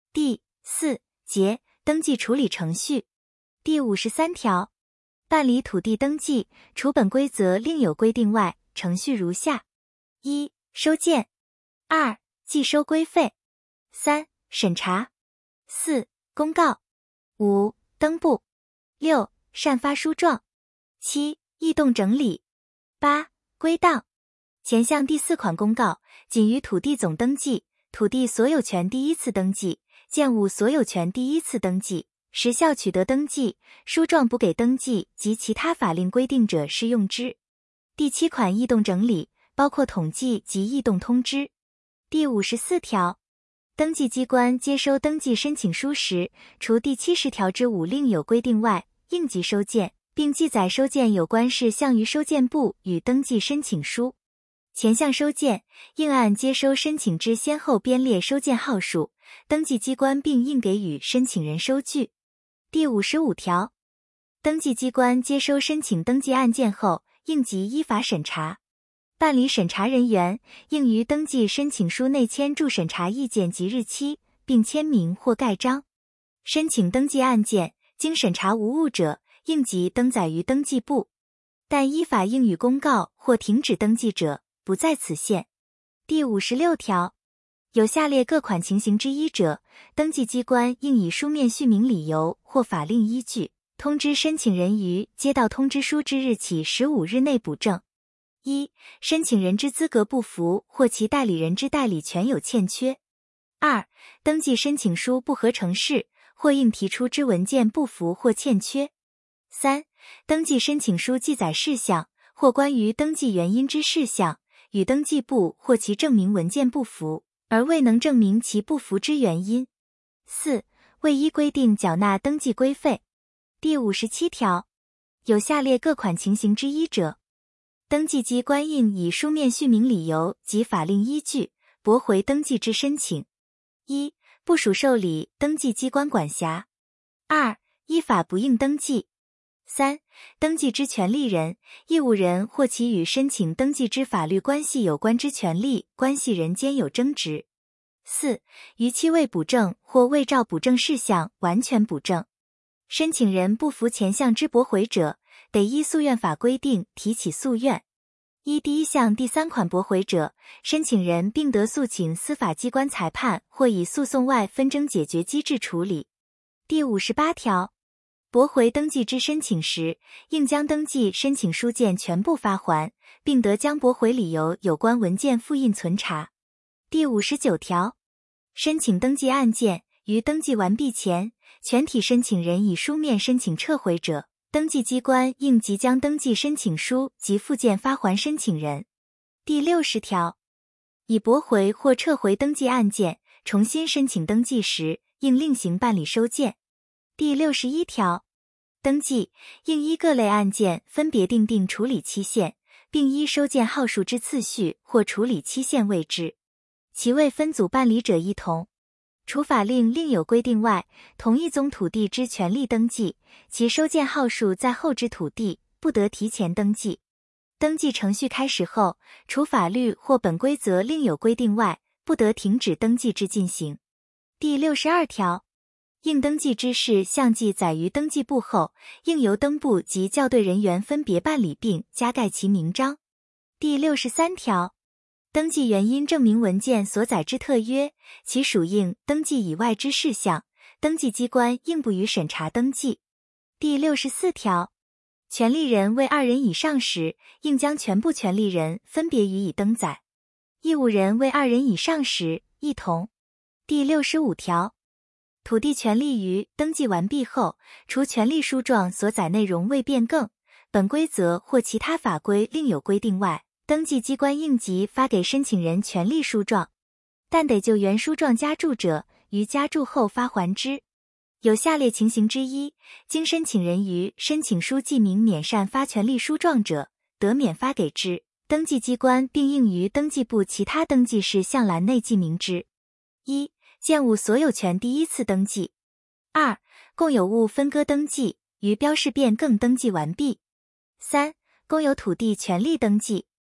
第4节登记处理程序第53条，办理土地登记，除本规则另有规定外，程序如下：1、收件； 2、计收规费； 3、审查； 4、公告； 5、登簿； 6、擅发书状； 7、异动整理； 8、归档。前项第4款公告仅于土地总登记、土地所有权第一次登记、建物所有权第一次登记、时效取得登记、书状补给登记及其他法令规定者适用之。第7款异动整理包括统计及异动通知。第54条，登记机关接收登记申请书时，除第70条之5另有规定外，应即收件，并记载收件有关事项于收件簿与登记申请书。前项收件应按接收申请之先后编列收件号数，登记机关并应给予申请人收据。第55条，登记机关接收申请登记案件后，应即依法审查。办理审查人员应于登记申请书内签注审查意见及日期，并签名或盖章。申请登记案件经审查无误者，应即登载于登记簿，但依法应予公告或停止登记者，不在此限。第56条，有下列各款情形之一者，登记机关应以书面叙明理由或法令依据，通知申请人于接到通知书之日起15日内补正。1、申请人之资格不符或其代理人之代理权有欠缺。2、登记申请书不合程式或应提出之文件不符或欠缺。3、登记申请书记载事项或关于登记原因之事项与登记簿或其证明文件不符，而未能证明其不符之原因。4、未依规定缴纳登记规费。第57条，有下列各款情形之一者，登记机关应以书面叙明理由及法令依据，驳回登记之申请。1、不属受理登记机关管辖。2、依法不应登记。3、登记之权利人、义务人或其与申请登记之法律关系有关之权利关系人间有争执。4、逾期未补正或未照补正事项完全补正。申请人不服前项之驳回者，得依诉愿法规定提起诉愿。依第1项第3款驳回者，申请人并得诉请司法机关裁判或以诉讼外纷争解决机制处理。第58条，驳回登记之申请时，应将登记申请书件全部发还，并得将驳回理由有关文件复印存查。第59条，申请登记案件于登记完毕前，全体申请人以书面申请撤回者，登记机关应即将登记申请书及附件发还申请人。第60条，已驳回或撤回登记案件，重新申请登记时，应另行办理收件。第61条，登记应依各类案件分别订定处理期限，并依收件号数之次序或处理期限位之，其未分组办理者一同。除法令另有规定外，同一宗土地之权利登记，其收件号数在后之土地，不得提前登记。登记程序开始后，除法律或本规则另有规定外，不得停止登记之进行。第62条，应登记之事项记载于登记簿后，应由登簿及校对人员分别办理并加盖其名章。第63条，登记原因证明文件所载之特约，其属应登记以外之事项，登记机关应不予审查登记。第64条，权利人为2人以上时，应将全部权利人分别予以登载；义务人为2人以上时，一同。第65条，土地权利于登记完毕后，除权利书状所载内容未变更，本规则或其他法规另有规定外，登记机关应即发给申请人权利书状，但得就原书状加注者，于加注后发还之。有下列情形之一，经申请人于申请书记明免擅发权利书状者，得免发给之，登记机关并应于登记簿其他登记事项栏内记明之。1、建物所有权第一次登记。2、共有物分割登记，于标示变更登记完毕。3、公有土地权利登记。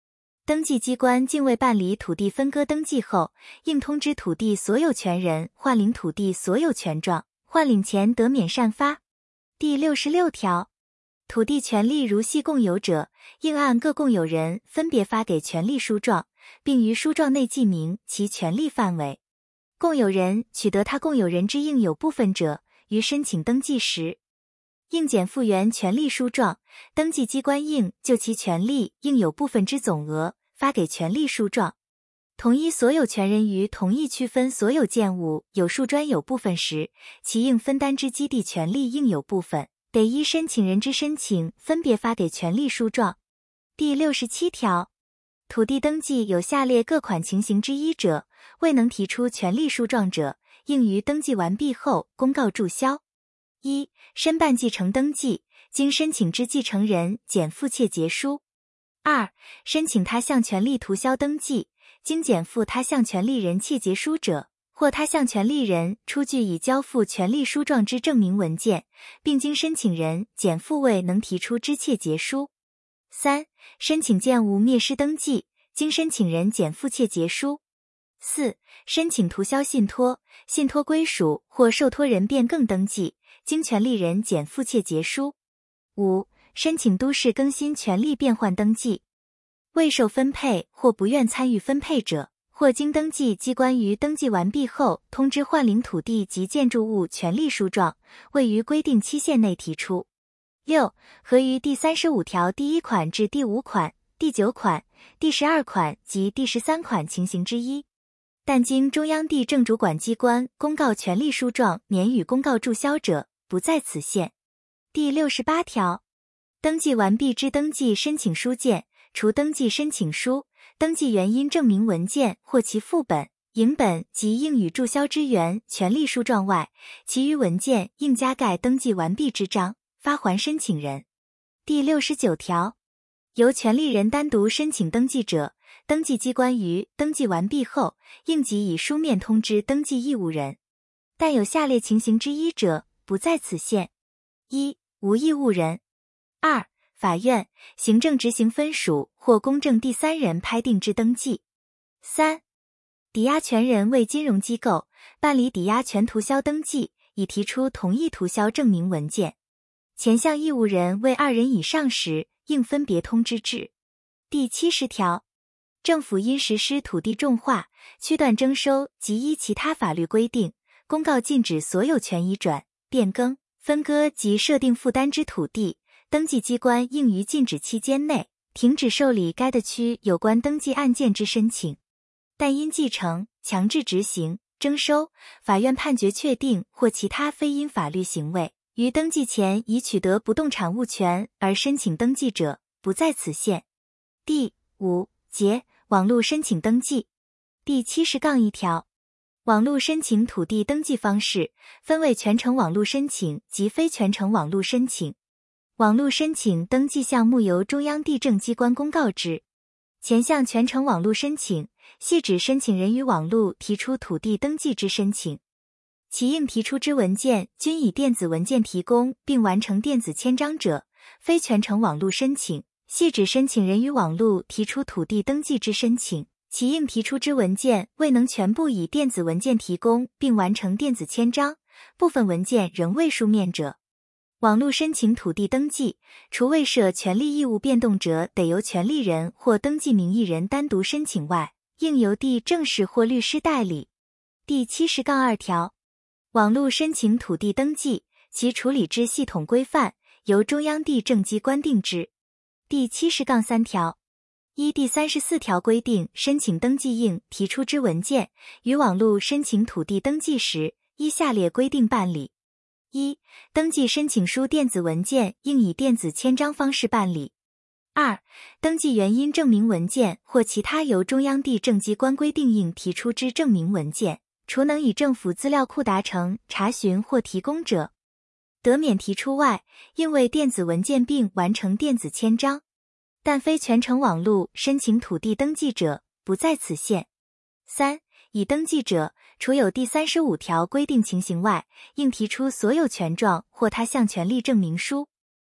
登记机关竟未办理土地分割登记后，应通知土地所有权人换领土地所有权状，换领前得免善发。第66条，土地权利如系共有者，应按各共有人分别发给权利书状，并于书状内记明其权利范围。共有人取得他共有人之应有部分者，于申请登记时，应检复原权利书状，登记机关应就其权利应有部分之总额发给权利书状。同一所有权人于同意区分所有建物有数专有部分时，其应分担之基地权利应有部分，得依申请人之申请分别发给权利书状。第67条，土地登记有下列各款情形之一者，未能提出权利书状者，应于登记完毕后公告注销。一、申办继承登记，经申请之继承人减负切结书。二、申请他项权利涂销登记，经减负他项权利人切结书者，或他项权利人出具已交付权利书状之证明文件，并经申请人减负未能提出之切结书。三、申请建物灭失登记，经申请人减负切结书。四、申请涂销信托，信托归属或受托人变更登记，经权利人减负切结书。五、申请都市更新权利变换登记，未受分配或不愿参与分配者，或经登记机关于登记完毕后通知换领土地及建筑物权利书状，未于规定期限内提出。六、合于第35条第1款至第5款、第9款、第12款及第13款情形之一，但经中央地政主管机关公告权利书状免予公告注销者，不在此限。第68条，登记完毕之登记申请书件，除登记申请书、登记原因证明文件或其副本、影本及应予注销之原权利书状外，其余文件应加盖登记完毕之章，发还申请人。第69条，由权利人单独申请登记者，登记机关于登记完毕后，应即以书面通知登记义务人。但有下列情形之一者，不在此限。一、无义务人。二、法院、行政执行分属或公证第三人拍定之登记。三、抵押权人为金融机构办理抵押权涂销登记，已提出同意涂销证明文件。前项义务人为2人以上时，应分别通知之。第70条，政府因实施土地重划、区段征收及依其他法律规定，公告禁止所有权移转、变更、分割及设定负担之土地，登记机关应于禁止期间内停止受理该的区有关登记案件之申请。但因继承、强制执行、征收、法院判决确定或其他非因法律行为，于登记前已取得不动产物权而申请登记者，不在此限。第5节网络申请登记。第70-1条，网络申请土地登记方式分为全程网络申请及非全程网络申请。网络申请登记项目由中央地政机关公告之。前项全程网络申请，系指申请人于网络提出土地登记之申请，其应提出之文件均以电子文件提供并完成电子签章者。非全程网络申请，系指申请人于网络提出土地登记之申请，其应提出之文件未能全部以电子文件提供并完成电子签章，部分文件仍未书面者。网络申请土地登记，除未设权利义务变动者得由权利人或登记名义人单独申请外，应由地政士或律师代理。第70-2条，网络申请土地登记，其处理之系统规范由中央地政机关定之。第70-3条，依第34条规定，申请登记应提出之文件，于网络申请土地登记时，依下列规定办理。一、登记申请书电子文件应以电子签章方式办理。二、登记原因证明文件或其他由中央地政机关规定应提出之证明文件，除能以政府资料库达成查询或提供者，得免提出外，应为电子文件并完成电子签章。但非全程网络申请土地登记者，不在此限。三、已登记者，除有第35条规定情形外，应提出所有权状或他项权利证明书。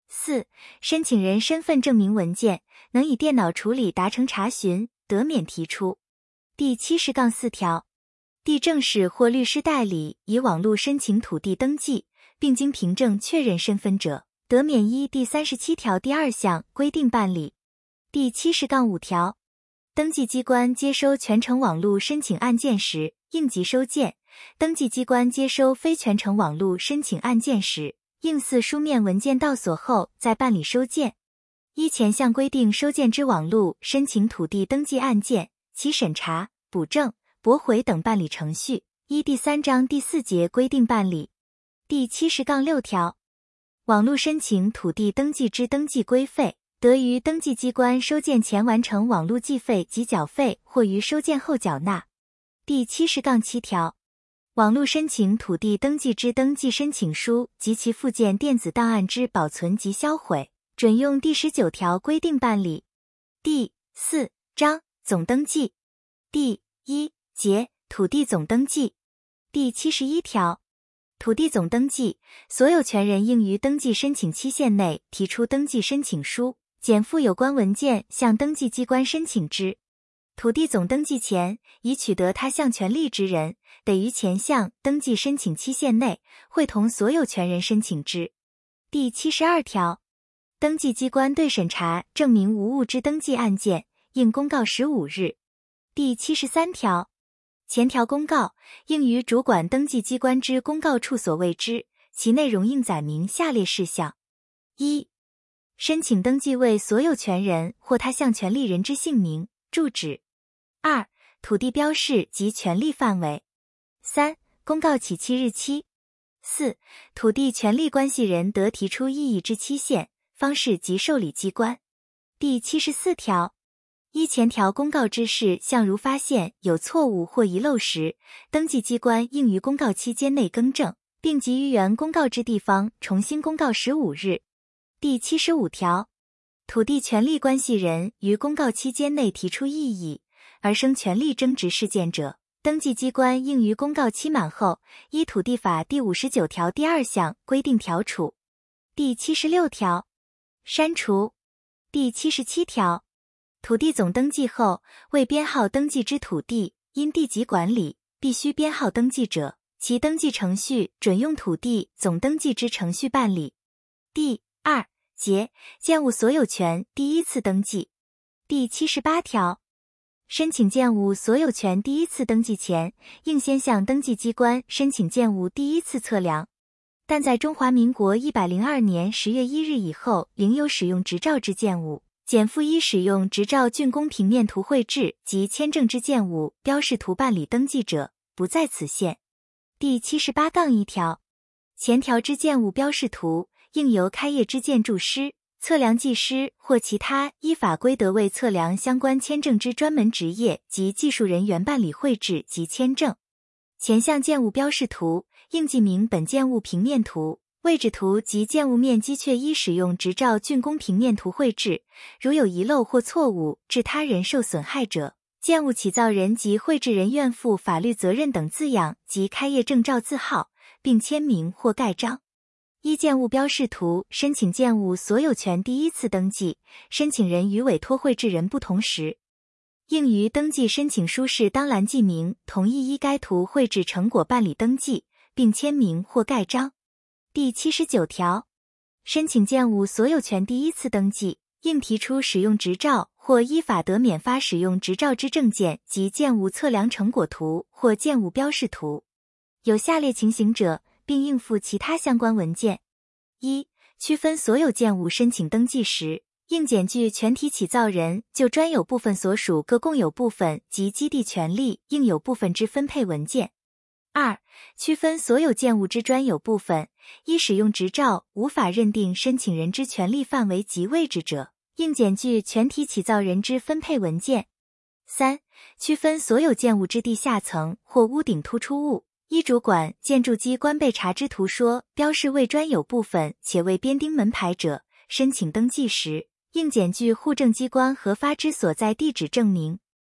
4. 申请人身份证明文件能以电脑处理达成查询，得免提出。第70-4条，地政士或律师代理以网络申请土地登记，并经凭证确认身份者，得免依第37条第2项规定办理。第70-5条，登记机关接收全程网络申请案件时，应急收件；登记机关接收非全程网络申请案件时，应似书面文件到所后再办理收件。依前项规定收件之网络申请土地登记案件，其审查、补正、驳回等办理程序，依第3章第4节规定办理。第70-6条，网络申请土地登记之登记规费，得于登记机关收件前完成网络计费及缴费，或于收件后缴纳。第70-7条，网络申请土地登记之登记申请书及其附件电子档案之保存及销毁，准用第19条规定办理。第4章总登记。第1节土地总登记。第71条，土地总登记，所有权人应于登记申请期限内提出登记申请书，检附有关文件向登记机关申请之。土地总登记前已取得他项权利之人，得于前项登记申请期限内会同所有权人申请之。第72条，登记机关对审查证明无误之登记案件，应公告15日。第73条，前条公告应于主管登记机关之公告处所谓之，其内容应载明下列事项： 1. 申请登记为所有权人或他项权利人之姓名、住址。 2. 土地标示及权利范围。 3. 公告起期日期。 4. 土地权利关系人得提出异议之期限、方式及受理机关。第74条，依前条公告之事项如发现有错误或遗漏时，登记机关应于公告期间内更正，并给予原公告之地方重新公告15日。第75条，土地权利关系人于公告期间内提出异议而生权利争执事件者，登记机关应于公告期满后，依土地法第59条第2项规定调处。第76条，删除。第77条，土地总登记后未编号登记之土地，因地籍管理必须编号登记者，其登记程序准用土地总登记之程序办理。第2节建物所有权第一次登记。第78条，申请建物所有权第一次登记前，应先向登记机关申请建物第一次测量。但在中华民国102年10月1日以后领有使用执照之建物，检附依使用执照竣工平面图绘制及签证之建物标示图办理登记者，不在此限。第78-1条，前条之建物标示图，应由开业之建筑师、测量技师或其他依法规得为测量相关签证之专门职业及技术人员办理绘制及签证。前项建物标示图，应记明本建物平面图、位置图及建物面积确依使用执照竣工平面图绘制，如有遗漏或错误致他人受损害者，建物起造人及绘制人愿负法律责任等字样及开业证照字号，并签名或盖章。依建物标示图申请建物所有权第一次登记，申请人与委托绘制人不同时，应于登记申请书事当栏记明同意依该图绘制成果办理登记，并签名或盖章。第79条，申请建物所有权第一次登记，应提出使用执照或依法得免发使用执照之证件及建物测量成果图或建物标示图。有下列情形者，并应附其他相关文件。 1. 区分所有建物申请登记时，应检具全体起造人就专有部分所属各共有部分及基地权利应有部分之分配文件。 2. 区分所有建物之专有部分，依使用执照无法认定申请人之权利范围及位置者，应检具全体起造人之分配文件。 3. 区分所有建物之地下层或屋顶突出物，依主管建筑机关备查之图说标示为专有部分且未编钉门牌者，申请登记时，应检具户政机关核发之所在地址证明。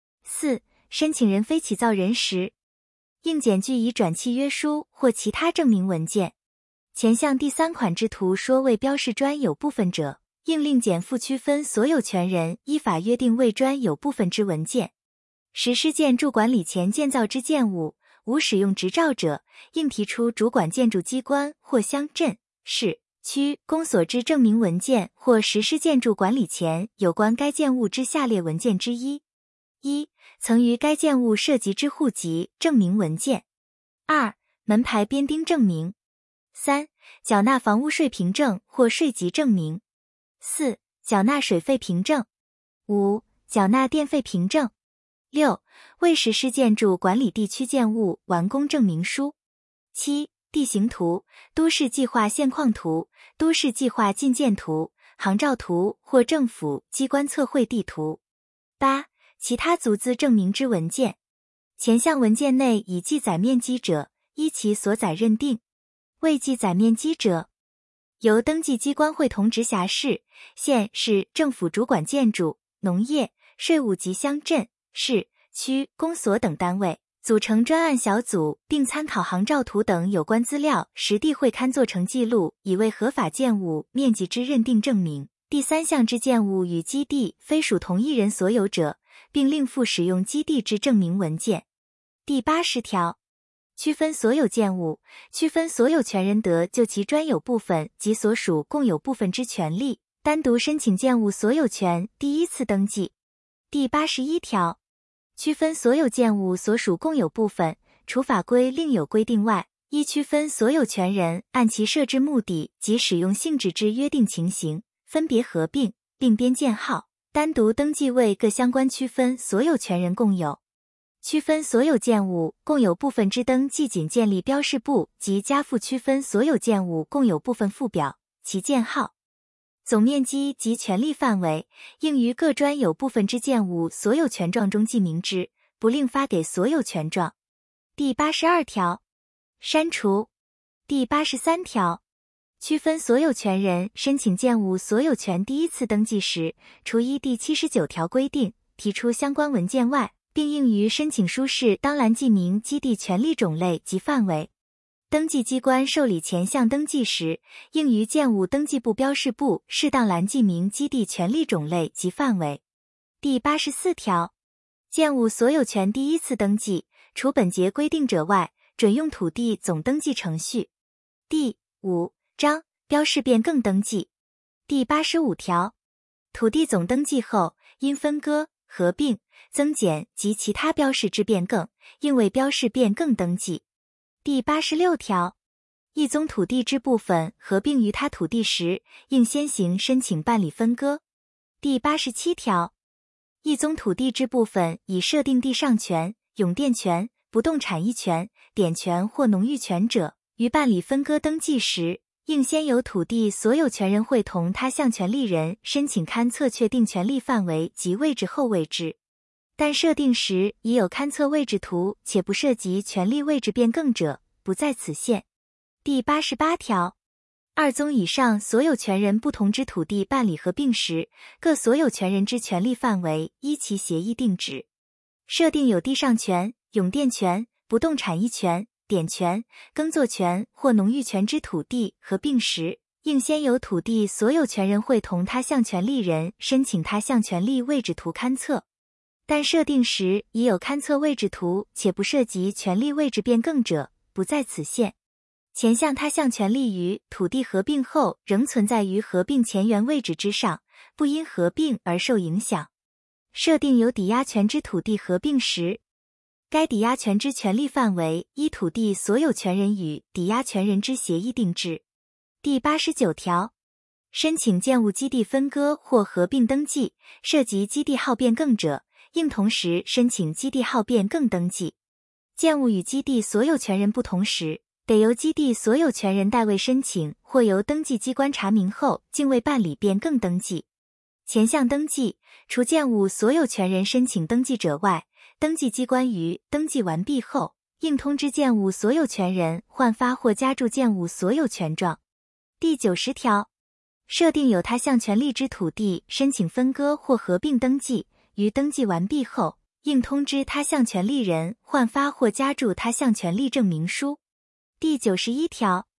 4. 申请人非起造人时，应检具以转契约书或其他证明文件。 前项第3款之图说未标示专有部分者，应另减负区分所有权人依法约定为专有部分之文件。实施建筑管理前建造之建物，无使用执照者，应提出主管建筑机关或乡镇、市、区公所之证明文件，或实施建筑管理前有关该建物之下列文件之一： 1. 曾于该建物涉及之户籍证明文件； 2. 门牌编钉证明； 3. 缴纳房屋税凭证或税籍证明； 4. 缴纳水费凭证； 5. 缴纳电费凭证； 6. 未实施建筑管理地区建物完工证明书； 7. 地形图、都市计划现况图、都市计划进建图、航照图或政府机关测绘地图； 8. 其他足资证明之文件。前项文件内已记载面积者，依其所载认定；未记载面积者，由登记机关会同直辖市、县市政府主管建筑、农业、税务及乡镇、市、区公所等单位组成专案小组，并参考航照图等有关资料，实地会勘做成记录，以为合法建物面积之认定证明。第3项之建物与基地非属同一人所有者，并另附使用基地之证明文件。第80条，区分所有建物，区分所有权人得就其专有部分及所属共有部分之权利，单独申请建物所有权第一次登记。第81条，区分所有建物所属共有部分，除法规另有规定外，依区分所有权人按其设置目的及使用性质之约定情形，分别合并，并编建号，单独登记为各相关区分所有权人共有。区分所有建物共有部分之登记仅建立标示簿及加附区分所有建物共有部分附表，其建号、总面积及权利范围，应于各专有部分之建物所有权状中记明之，不另发给所有权状。第82条，删除。第83条，区分所有权人申请建物所有权第一次登记时，除依第79条规定提出相关文件外，并应于申请书适当栏记明基地权利种类及范围。登记机关受理前项登记时，应于建物登记簿标示簿适当栏记明基地权利种类及范围。第84条，建物所有权第一次登记，除本节规定者外，准用土地总登记程序。第5章标示变更登记。第85条，土地总登记后，因分割、合并、增减及其他标示之变更，应为标示变更登记。第86条，一宗土地之部分合并于他土地时，应先行申请办理分割。第87条，一宗土地之部分已设定地上权、永佃权、不动产一权、典权或农域权者，于办理分割登记时，应先由土地所有权人会同他项权利人申请勘测确定权利范围及位置后位置。但设定时已有勘测位置图且不涉及权利位置变更者，不在此限。第88条，二宗以上所有权人不同之土地办理合并时，各所有权人之权利范围依其协议定值。设定有地上权、永佃权、不动产一权、典权、耕作权或农域权之土地合并时，应先由土地所有权人会同他项权利人申请他项权利位置图勘测。但设定时已有勘测位置图且不涉及权利位置变更者，不在此限。前项他项权利于土地合并后仍存在于合并前原位置之上，不因合并而受影响。设定有抵押权之土地合并时，该抵押权之权利范围依土地所有权人与抵押权人之协议定制。第89条，申请建物基地分割或合并登记，涉及基地号变更者，应同时申请基地号变更登记。建物与基地所有权人不同时，得由基地所有权人代为申请，或由登记机关查明后径未办理变更登记。前项登记，除建物所有权人申请登记者外，登记机关于登记完毕后，应通知建物所有权人换发或加注建物所有权状。第90条，设定有他项权利之土地申请分割或合并登记，于登记完毕后，应通知他项权利人换发或加注他项权利证明书。第91条，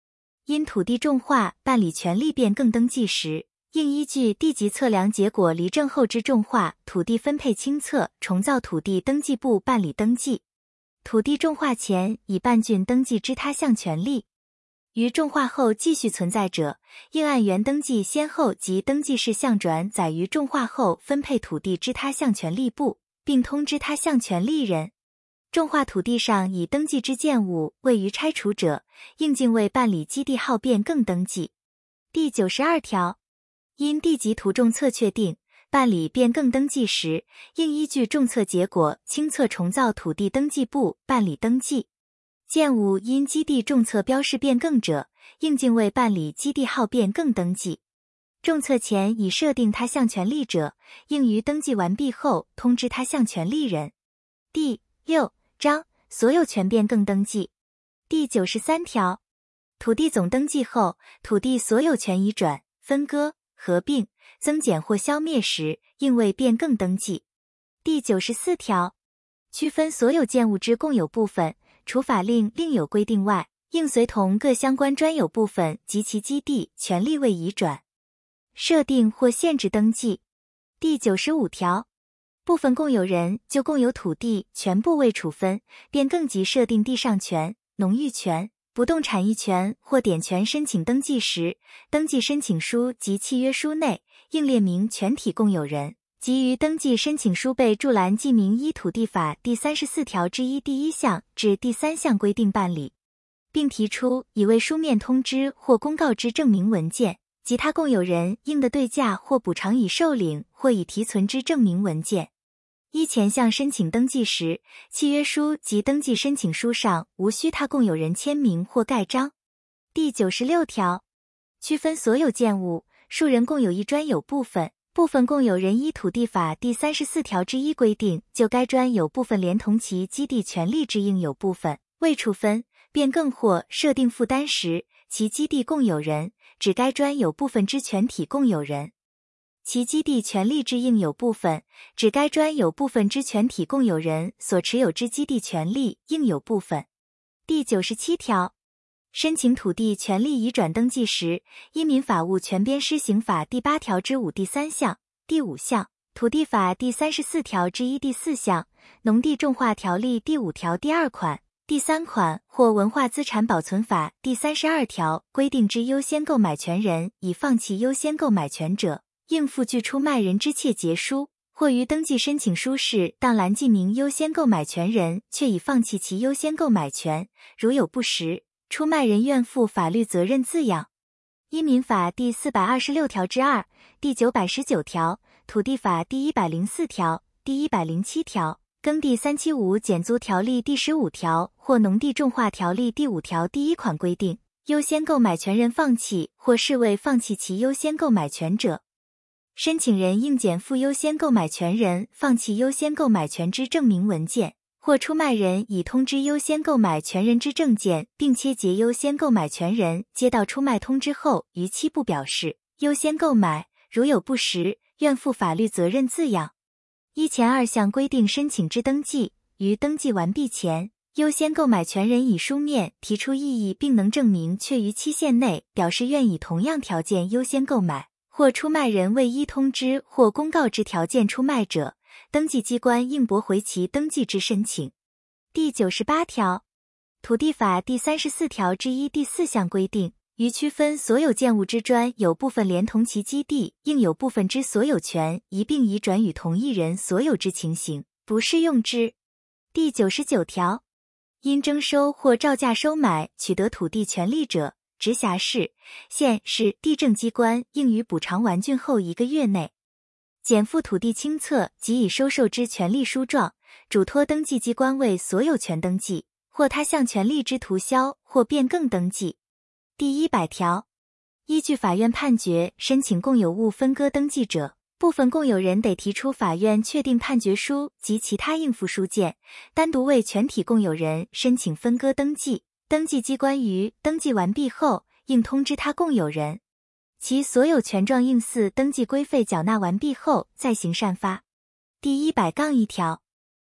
因土地重划办理权利变更登记时，应依据地级测量结果厘正后之重划土地分配清册重造土地登记簿办理登记。土地重划前已办竣登记之他项权利，于重划后继续存在者，应按原登记先后及登记事项转载于重划后分配土地之他项权利簿，并通知他项权利人。重划土地上已登记之建物未予拆除者，应径为办理基地号变更登记。第92条，因地级图重测确定，办理变更登记时，应依据重测结果清册重造土地登记簿办理登记。建物因基地重测标示变更者，应径为办理基地号变更登记。重测前已设定他项权利者，应于登记完毕后通知他项权利人。第6章所有权变更登记。第93条，土地总登记后，土地所有权移转、分割、合并、增减或消灭时，应为变更登记。第94条，区分所有建物之共有部分，除法令另有规定外，应随同各相关专有部分及其基地权利未移转。设定或限制登记。第95条，部分共有人就共有土地全部未处分、变更及设定地上权、农域权、不动产役权或典权申请登记时，登记申请书及契约书内应列明全体共有人，及于登记申请书备注栏记明依土地法第34条之一第1项至第3项规定办理，并提出已为书面通知或公告之证明文件，及他共有人应得对价或补偿已受领或已提存之证明文件。依前项申请登记时，契约书及登记申请书上无需他共有人签名或盖章。第96条，区分所有建物，数人共有一专有部分，部分共有人依土地法第34条之一规定，就该专有部分连同其基地权利之应有部分，未处分、变更或设定负担时，其基地共有人指该专有部分之全体共有人。其基地权利之应有部分，指该专有部分之全体共有人所持有之基地权利应有部分。第97条，申请土地权利移转登记时，依民法物权编施行法第8条之5第3项、第5项、土地法第34条之一第4项、农地重划条例第5条第2款、第3款或文化资产保存法第32条规定之优先购买权人已放弃优先购买权者，应附具出卖人之切结书，或于登记申请书适当栏记明优先购买权人却已放弃其优先购买权，如有不实，出卖人愿负法律责任字样。依民法第426条之2、第919条、土地法第104条、第107条、耕地375减租条例第15条或农地重划条例第5条第1款规定，优先购买权人放弃或视为放弃其优先购买权者，申请人应减负优先购买权人放弃优先购买权之证明文件，或出卖人已通知优先购买权人之证件，并切结优先购买权人接到出卖通知后逾期不表示优先购买，如有不实，愿负法律责任字样。依前2项规定申请之登记，于登记完毕前，优先购买权人以书面提出异议，并能证明确于期限内表示愿以同样条件优先购买，或出卖人未依通知或公告之条件出卖者，登记机关应驳回其登记之申请。第98条，土地法第34条之一第4项规定，于区分所有建物之专有部分连同其基地应有部分之所有权一并移转与同一人所有之情形，不适用之。第99条，因征收或照价收买取得土地权利者，直辖市、县市地政机关应于补偿完竣后1个月内，减负土地清册及已收受之权利书状，嘱托登记机关为所有权登记，或他项权利之涂销或变更登记。第100条，依据法院判决申请共有物分割登记者，部分共有人得提出法院确定判决书及其他应付书件，单独为全体共有人申请分割登记。登记机关于登记完毕后，应通知他共有人，其所有权状应自登记规费缴纳完毕后再行善发。第100-1条，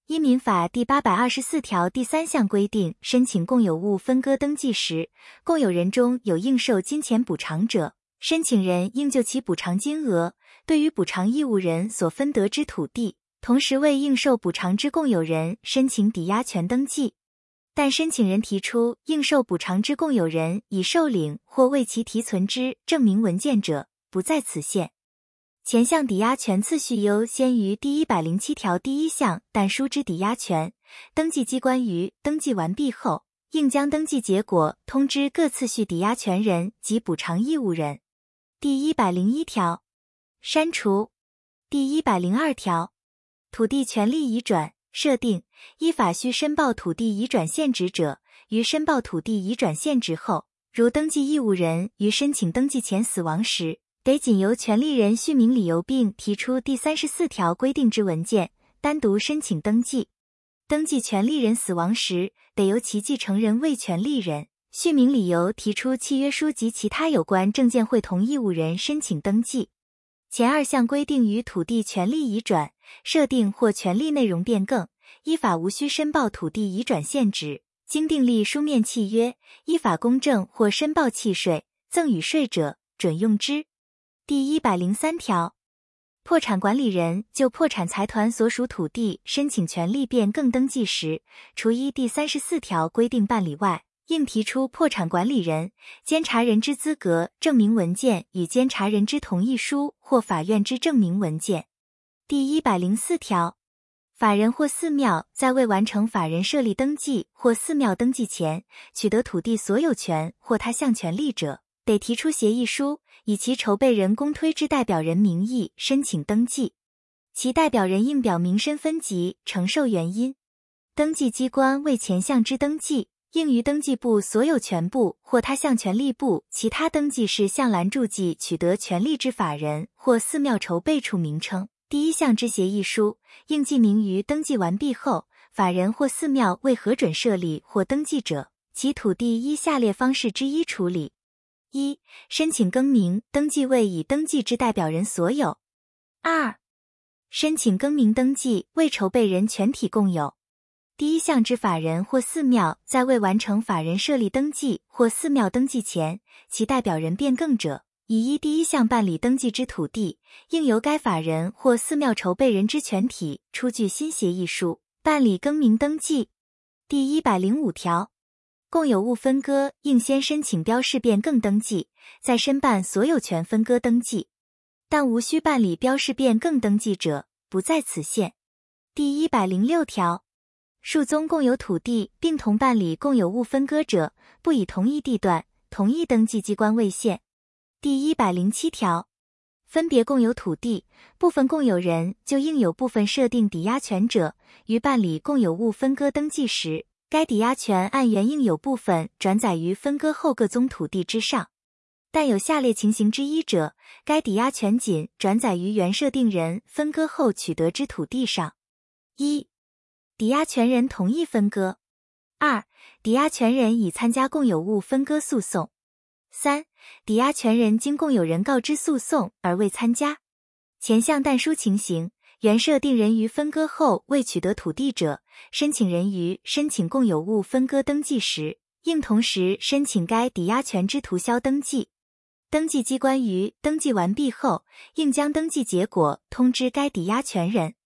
依民法第824条第3项规定，申请共有物分割登记时，共有人中有应受金钱补偿者，申请人应就其补偿金额，对于补偿义务人所分得之土地，同时为应受补偿之共有人申请抵押权登记。但申请人提出应受补偿之共有人已受领或为其提存之证明文件者，不在此限。前项抵押权次序优先于第107条第1项但书之抵押权，登记机关于登记完毕后，应将登记结果通知各次序抵押权人及补偿义务人。第101条删除。第102条土地权利移转设定，依法需申报土地移转现址者，于申报土地移转现址后，如登记义务人于申请登记前死亡时，得仅由权利人续明理由并提出第34条规定之文件，单独申请登记。登记权利人死亡时，得由其继承人为权利人续明理由提出契约书及其他有关证件会同义务人申请登记。前2项规定与土地权利移转、设定或权利内容变更，依法无需申报土地移转现址，经订立书面契约，依法公证或申报契税、赠与税者，准用之。第103条破产管理人就破产财团所属土地申请权利变更登记时，除依第34条规定办理外，应提出破产管理人、监察人之资格证明文件与监察人之同意书或法院之证明文件。第104条法人或寺庙在未完成法人设立登记或寺庙登记前，取得土地所有权或他项权利者，得提出协议书，以其筹备人公推之代表人名义申请登记，其代表人应表明身分及承受原因。登记机关为前项之登记，应于登记簿所有权部或他项权利部其他登记事项栏注记取得权利之法人或寺庙筹备处名称。第1项之协议书，应记明于登记完毕后，法人或寺庙未核准设立或登记者，其土地依下列方式之一处理。1. 申请更名登记为已登记之代表人所有。2. 申请更名登记为筹备人全体共有。第1项之法人或寺庙在未完成法人设立登记或寺庙登记前，其代表人变更者，已依第1项办理登记之土地，应由该法人或寺庙筹备人之全体出具新协议书，办理更名登记。第105条共有物分割应先申请标示变更登记，再申办所有权分割登记，但无需办理标示变更登记者，不在此限。第106条数宗共有土地并同办理共有物分割者，不以同一地段、同一登记机关为限。第107条分别共有土地，部分共有人就应有部分设定抵押权者，于办理共有物分割登记时，该抵押权按原应有部分转载于分割后各宗土地之上。但有下列情形之一者，该抵押权仅转载于原设定人分割后取得之土地上。1. 抵押权人同意分割。2. 抵押权人已参加共有物分割诉讼。3. 抵押权人经共有人告知诉讼而未参加。前项但书情形，原设定人于分割后未取得土地者，申请人于申请共有物分割登记时，应同时申请该抵押权之涂销登记。登记机关于登记完毕后，应将登记结果通知该抵押权人。